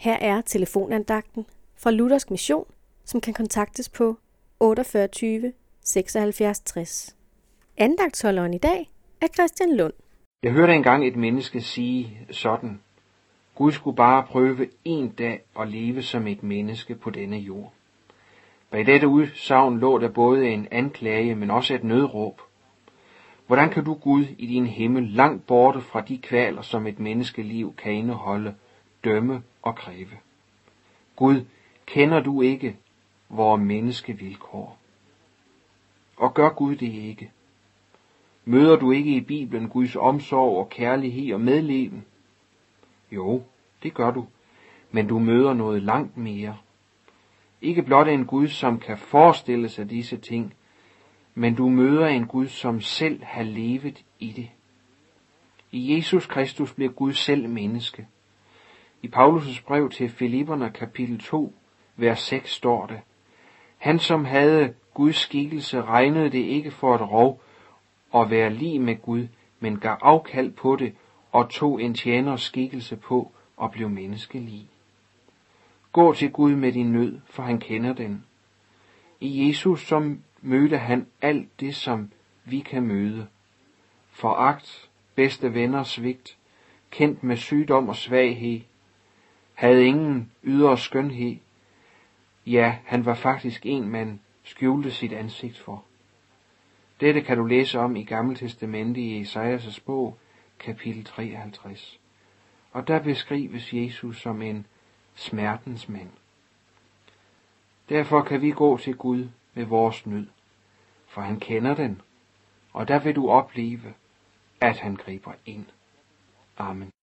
Her er telefonandagten fra Luthersk Mission, som kan kontaktes på 48 76 60. Andagtsholderen i dag er Christian Lund. Jeg hørte engang et menneske sige sådan: Gud skulle bare prøve en dag at leve som et menneske på denne jord. Bag dette udsagn lå der både en anklage, men også et nødråb. Hvordan kan du, Gud, i din himmel, langt borte fra de kvaler, som et menneskeliv kan indeholde, dømme og kræve? Gud, kender du ikke vores menneskevilkår? Og gør Gud det ikke? Møder du ikke i Bibelen Guds omsorg og kærlighed og medleven? Jo, det gør du, men du møder noget langt mere. Ikke blot en Gud, som kan forestille sig disse ting, men du møder en Gud, som selv har levet i det. I Jesus Kristus blev Gud selv menneske. I Paulus' brev til Filipperne kapitel 2, vers 6 står det: Han, som havde Guds skikkelse, regnede det ikke for et rov at være lig med Gud, men gav afkald på det og tog en tjeners skikkelse på og blev menneskelig. Gå til Gud med din nød, for han kender den. I Jesus som mødte han alt det, som vi kan møde. Foragt, bedste venner svigt, kendt med sygdom og svaghed, havde ingen ydre skønhed. Ja, han var faktisk en, man skjulte sit ansigt for. Dette kan du læse om i Gamle Testamente i Esajas bog, kapitel 53. Og der beskrives Jesus som en smertens mand. Derfor kan vi gå til Gud med vores nød, for han kender den, og der vil du opleve, at han griber ind. Amen.